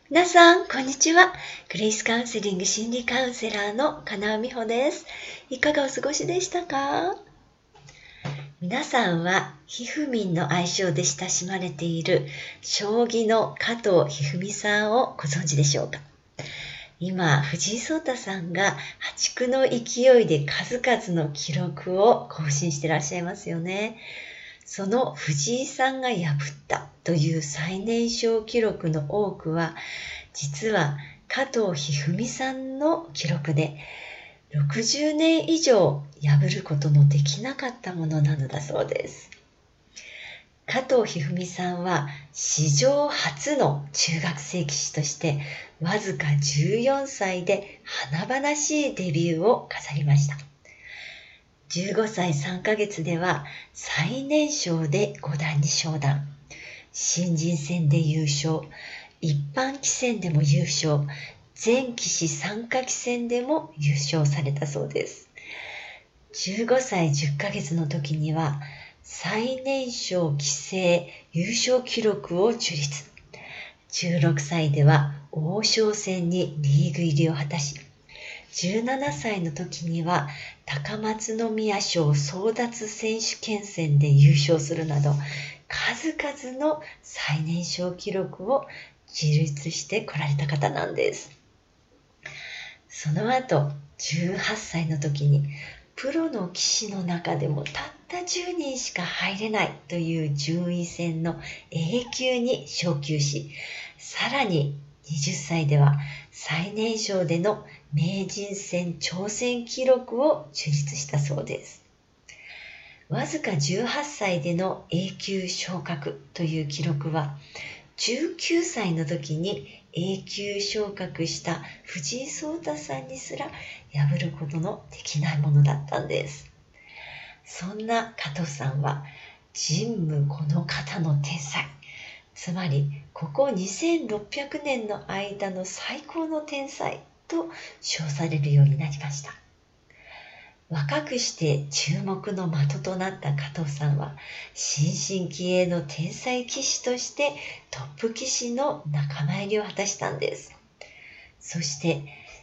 皆さん、こんにちは。グレイスカウンセリング心理カウンセラーの金尾美穂です。いかがお過ごしでしたか？皆さんは、ひふみんの愛称で親しまれている将棋の加藤一二三さんをご存知でしょうか？今、藤井聡太さんが破竹の勢いで数々の記録を更新してらっしゃいますよね。その藤井さんが破ったという最年少記録の多くは、実は加藤一二三さんの記録で、60年以上破ることのできなかったものなのだそうです。加藤一二三さんは史上初の中学生棋士としてわずか14歳で華々しいデビューを飾りました。15歳3ヶ月では最年少で五段に昇段、新人戦で優勝、一般棋戦でも優勝、全棋士参加棋戦でも優勝されたそうです。15歳10ヶ月の時には最年少棋聖優勝記録を樹立。16歳では王将戦にリーグ入りを果たし、17歳の時には高松宮賞争奪選手権戦で優勝するなど、数々の最年少記録を樹立してこられた方なんです。その後、18歳の時にプロの棋士の中でもたった10人しか入れないという順位戦の A 級に昇級し、さらに20歳では最年少での名人戦挑戦記録を樹立したそうです。わずか18歳での A 級昇格という記録は、19歳の時に A 級昇格した藤井聡太さんにすら破ることのできないものだったんです。そんな加藤さんは人無この方の天才、つまりここ2600年の間の最高の天才と称されるようになりました。若くして注目の的となった加藤さんは、新進気鋭の天才棋士としてトップ棋士の仲間入りを果たしたんです。そして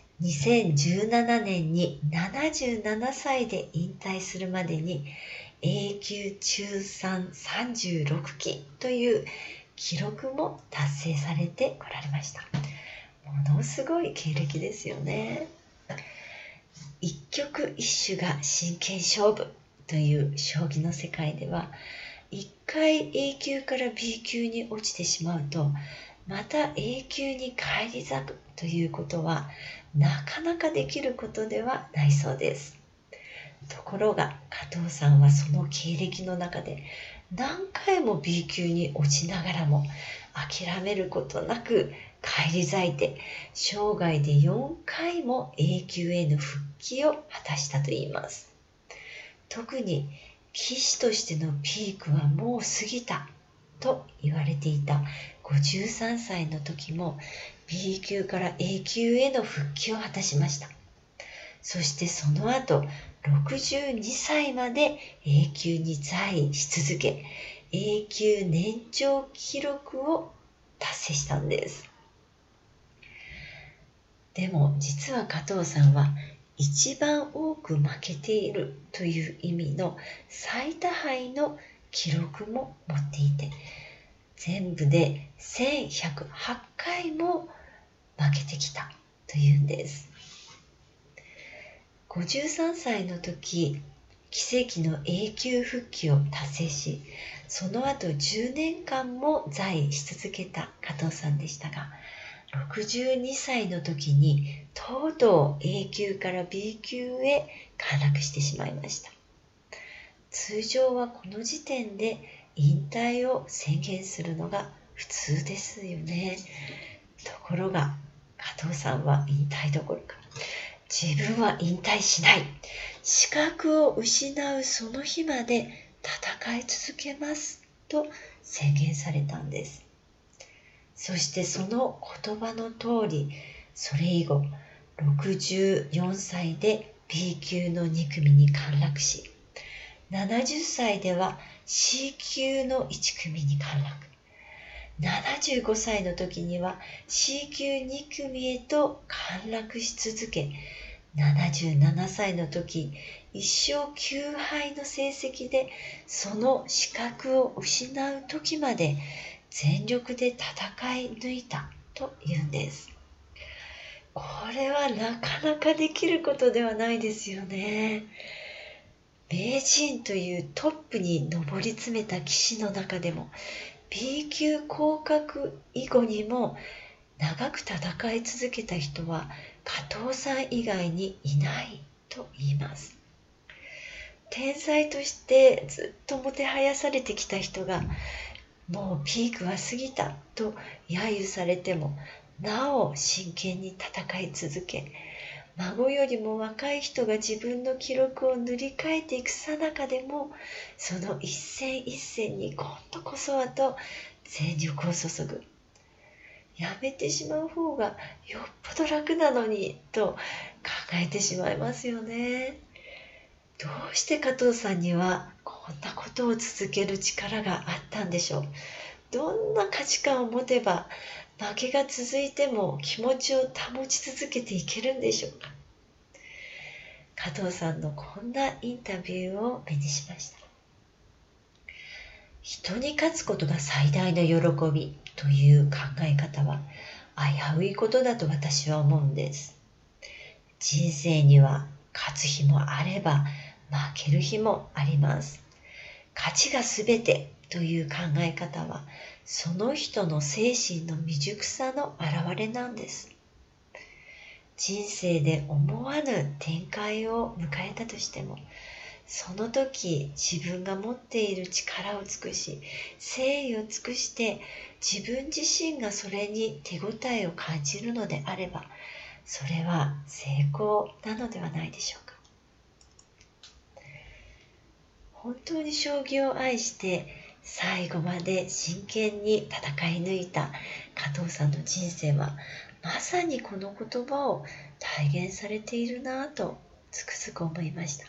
2017年に77歳で引退するまでに A 級中3 36期という記録も達成されてこられました。ものすごい経歴ですよね。一局一種が真剣勝負という将棋の世界では、一回 A 級から B 級に落ちてしまうと、また A 級に返り咲くということはなかなかできることではないそうです。ところが加藤さんはその経歴の中で何回も B 級に落ちながらも諦めることなく返り咲いて、生涯で4回も A 級への復帰を果たしたといいます。特に棋士としてのピークはもう過ぎたと言われていた53歳の時も B 級から A 級への復帰を果たしました。そしてその後62歳まで A 級に在位し続け、A 級年長記録を達成したんです。でも実は加藤さんは一番多く負けているという意味の最多敗の記録も持っていて、全部で1108回も負けてきたというんです。53歳の時、奇跡の A 級復帰を達成し、その後10年間も在位し続けた加藤さんでしたが、62歳の時にとうとう A 級から B 級へ陥落してしまいました。通常はこの時点で引退を宣言するのが普通ですよね。ところが加藤さんは引退どころか、自分は引退しない、資格を失うその日まで戦い続けますと宣言されたんです。そしてその言葉の通り、それ以後64歳で B 級の2組に陥落し、70歳では C 級の1組に陥落、 75歳の時には C 級2組へと陥落し続け、77歳の時、1勝9敗の成績でその資格を失う時まで全力で戦い抜いたというんです。これはなかなかできることではないですよね。名人というトップに上り詰めた棋士の中でも B 級降格以後にも長く戦い続けた人は加藤さん以外にいないと言います。天才としてずっともてはやされてきた人がもうピークは過ぎたと揶揄されてもなお真剣に戦い続け、孫よりも若い人が自分の記録を塗り替えていくさなかでもその一戦一戦に今度こそはと全力を注ぐ。やめてしまう方がよっぽど楽なのにと考えてしまいますよね。どうして加藤さんにはこんなことを続ける力があったんでしょう。どんな価値観を持てば負けが続いても気持ちを保ち続けていけるんでしょうか。加藤さんのこんなインタビューを目にしました。人に勝つことが最大の喜びという考え方は危ういことだと私は思うんです。人生には勝つ日もあれば負ける日もあります。勝ちが全てという考え方はその人の精神の未熟さの表れなんです。人生で思わぬ展開を迎えたとしてもその時自分が持っている力を尽くし誠意を尽くして自分自身がそれに手応えを感じるのであればそれは成功なのではないでしょうか。本当に将棋を愛して最後まで真剣に戦い抜いた加藤さんの人生はまさにこの言葉を体現されているなぁとつくづく思いました。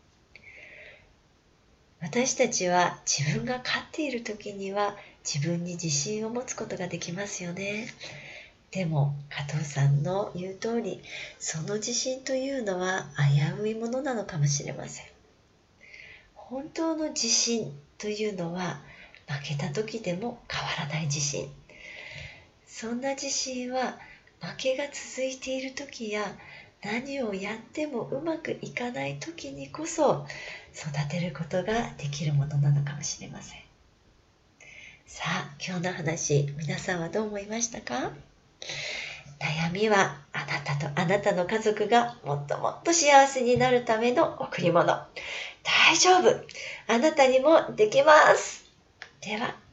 私たちは自分が勝っている時には自分に自信を持つことができますよね。でも加藤さんの言う通りその自信というのは危ういものなのかもしれません。本当の自信というのは負けた時でも変わらない自信。そんな自信は負けが続いている時や何をやってもうまくいかない時にこそ育てることができるものなのかもしれません。さあ、今日の話皆さんはどう思いましたか？悩みはあなたとあなたの家族がもっともっと幸せになるための贈り物。大丈夫。あなたにもできます。では